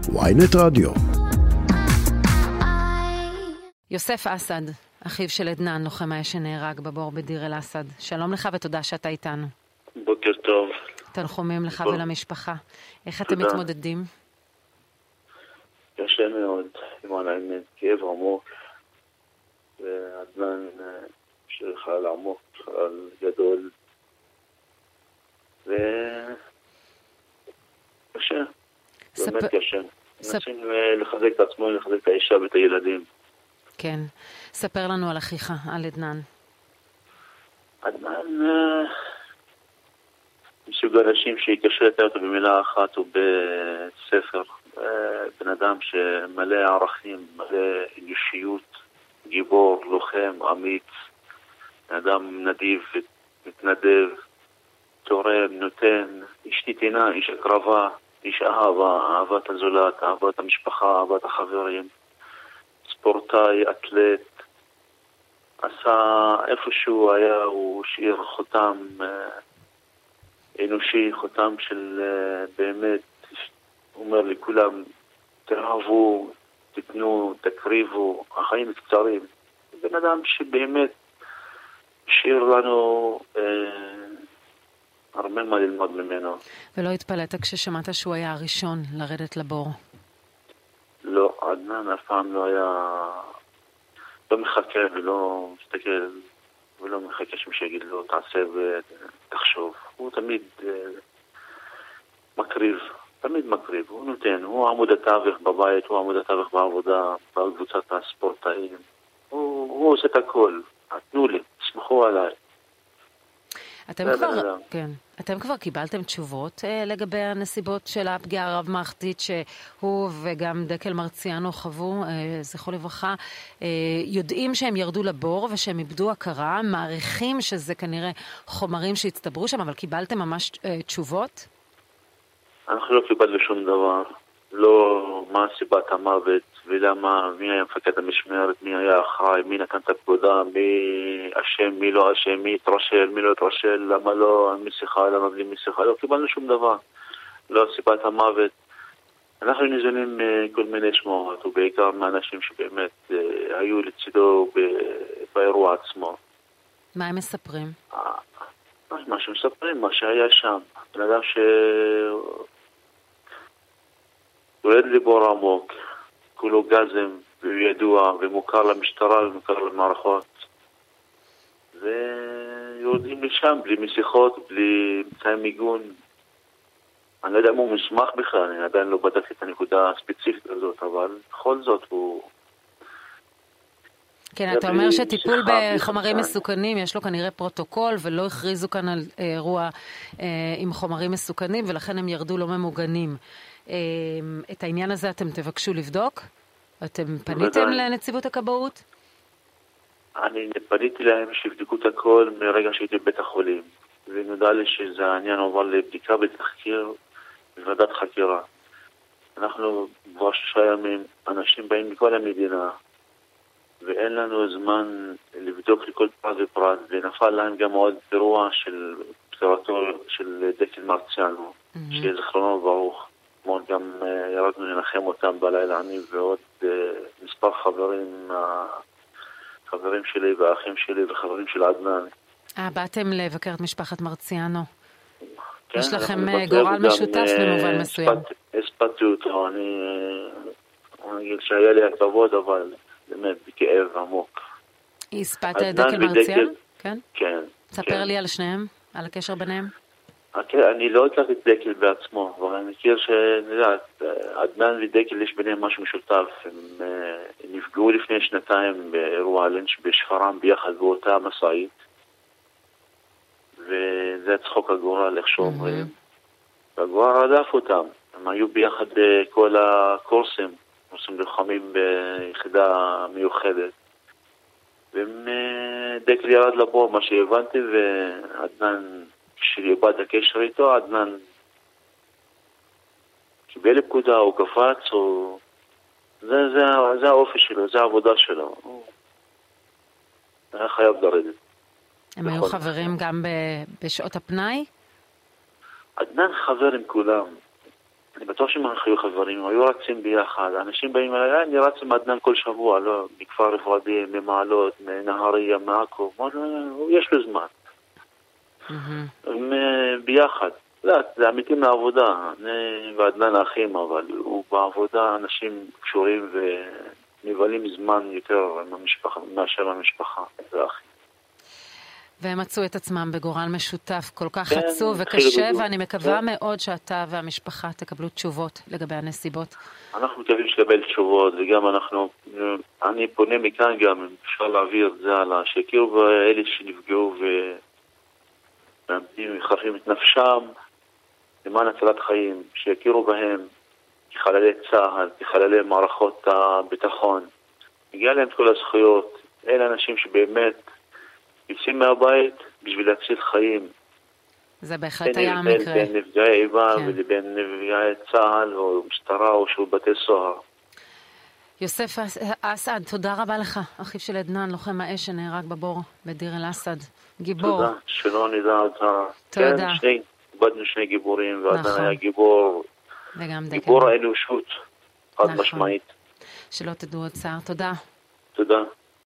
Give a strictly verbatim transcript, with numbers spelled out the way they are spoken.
וויינט רדיו. יוסף אסד, אחיו של עדנאן, לוחם האש שנהרג בבור בדיר אל אסד. שלום לך ותודה שאתה איתנו. בוקר טוב. תנחומים לך טוב. ולמשפחה. איך תודה. אתם מתמודדים? קשה מאוד, למען האמת, כאב עמוק, ועדנאן שחל עמוק, חל גדול, וקשה, ספ... באמת קשה. ספ... מנסים לחזק את עצמו, לחזק את האישה ואת הילדים. כן. ספר לנו על אחיך, על עדנאן. עדנאן, מסוג אנשים שקשה לתאר אותו במילה אחת או בספר. בן אדם שמלא ערכים, מלא אנושיות, גיבור, לוחם, אמיץ, אדם נדיב, מתנדב, תורם, נותן, איש נתינה, איש הקרבה, איש אהבה, אהבת הזולת, אהבת המשפחה, אהבת החברים, ספורטאי, אתלט, עשה איפשהו היה, הוא השאיר חותם אנושי, חותם של באמת, הוא אומר לכולם, תאהבו, תתנו, תקריבו, החיים קצרים. בן אדם שבאמת השאיר לנו אה, הרבה מה ללמוד ממנו. ולא התפלאת כששמעת שהוא היה הראשון לרדת לבור? לא, עדנאן אף פעם לא היה, לא מחכה ולא מסתכל, ולא מחכה שמישהו יגיד לו, תעשה ותחשוב. הוא תמיד אה, מקריב. תמיד מקריב, הוא נותן, הוא עמוד התווך בבית, הוא עמוד התווך בעבודה, בקבוצת הספורטאים. הוא, הוא עושה את הכל. תנו לי, תסמכו עליי. אתם כבר, כן, אתם כבר קיבלתם תשובות אה, לגבי הנסיבות של הפגיעה הרב-מערכתית שהוא וגם דקל מרציאנו חוו, אה, זכרו לברכה, אה, יודעים שהם ירדו לבור ושהם איבדו הכרה, מעריכים שזה כנראה חומרים שהצטברו שם, אבל קיבלתם ממש אה, תשובות? אנחנו לא קיבלנו שום דבר, לא מה סיבת המוות ולמה, מי היה מפקד המשמרת, מי היה אחראי, מי נתן את הפקודה, מי אשם, מי לא אשם, מי התרשל, מי לא התרשל, למה לא, מי שיחה, למה בלי מי שיחה, לא קיבלנו שום דבר, לא סיבת המוות. אנחנו ניזונים מכל מיני שמועות, ובעיקר מאנשים שבאמת אה, היו לצידו ב- באירוע עצמו. מה הם מספרים? מה שמספרים, מה שהיה שם, בן אדם ש... יורד לבור עמוק, כולו גזם, וידוע, ומוכר למשטרה ומוכר למערכות. ויורדים לשם בלי מסיכות, בלי אמצעי מיגון. אני לא יודע אם הוא מסמך בכלל, אני עדיין לא בדקתי את הנקודה הספציפית הזאת, אבל בכל זאת הוא... כן, אתה אומר שטיפול בחומרים מסוכנים, יש לו כנראה פרוטוקול, ולא הכריזו כאן על אירוע עם חומרים מסוכנים, ולכן הם ירדו לא ממוגנים. את העניין הזה אתם תבקשו לבדוק? אתם פניתם לנציבות הכבאות? אני פניתי להם שיבדקו את הכל מרגע שהייתי בבית החולים. ונודע לי שזה העניין עובר לבדיקה בתחקיר בוועדת חקירה. אנחנו כבר שלושה ימים, אנשים באים מכל המדינה, ואין לנו זמן לבדוק לכל פרט ופרט, ונפל להם גם עוד אירוע של פטירתו של דקל מרציאנו, mm-hmm. שיהיה זכרונו ברוך. כמו גם uh, ירדנו לנחם אותם בלילה, אני ועוד uh, מספר חברים, החברים שלי והאחים שלי וחברים של עדנאן. אה, באתם לבקר את משפחת מרציאנו. כן, יש לכם גורל משותף uh, במובן מסוים. הספדתי אותו, אני, אני אגיד שהיה לי הכבוד, אבל באמת בכאב עמוק. הספדת דקל מרציאנו? כן. כן. ספר כן. לי על שניהם, על הקשר ביניהם. אני לא הכרתי את דקל בעצמו, אבל אני מכיר שעדנאן ודקל יש ביניהם משהו משותף. הם נפגעו לפני שנתיים באירוע לינץ' בשפרעם ביחד באותה מסעית, וזה צחוק הגורל, איך שאומרים. והגורל רדף אותם, הם היו ביחד כל הקורסים, קורסים לוחמים ביחידה מיוחדת. ודקל ירד לבור, מה שהבנתי, ועדנאן כשאיבד הקשר איתו, עדנאן קיבל פקודה, הוא קפץ, או... זה, זה, זה האופי שלו, זה העבודה שלו. הוא היה חייב לרדת. הם היו חברים גם בשעות הפנאי? עדנאן חבר עם כולם. אני בטוח שהם חיו חברים, היו רצים ביחד. אנשים באים אליי, אני רץ עם עדנאן כל שבוע, לא, מכפר רפרדי, ממעלות, מנהריה, מעכו, יש לו זמן. הם ביחד. לא, זה אמיתי מהעבודה. אני ועדנאן האחים, אבל הוא בעבודה, אנשים קשורים ונבלים זמן יותר מאשר המשפחה. זה אחי. והם מצאו את עצמם בגורל משותף כל כך עצוב וקשה, ואני מקווה מאוד שאתה והמשפחה תקבלו תשובות לגבי הנסיבות. אנחנו מקווים לקבל תשובות, וגם אנחנו, אני פונה מכאן גם, אפשר להעביר את זה הלאה, שיכירו באלה שנפגעו ומאבדים מחרפים את נפשם למען הצלת חיים, שיכירו בהם כחללי צה"ל, כחללי מערכות הביטחון. הגיע להם כל הזכויות, אלה אנשים שבאמת יוצאים מהבית בשביל להציל חיים. זה בהחלט היה המקרה. בין נפגעי איבה ולבין נפגעי צה"ל או משטרה או שירות בתי סוהר. יוסף אסעד, תודה רבה לך, אחיו של עדנאן, לוחם האש שנהרג בבור בדיר אל אסד. גיבור. תודה, שלא נדע את ה... תודה. כן, שני, איבדנו שני גיבורים, ועדנאן היה גיבור, גיבור האנושות, חד משמעית. שלא תדעו עוד צער. תודה. תודה.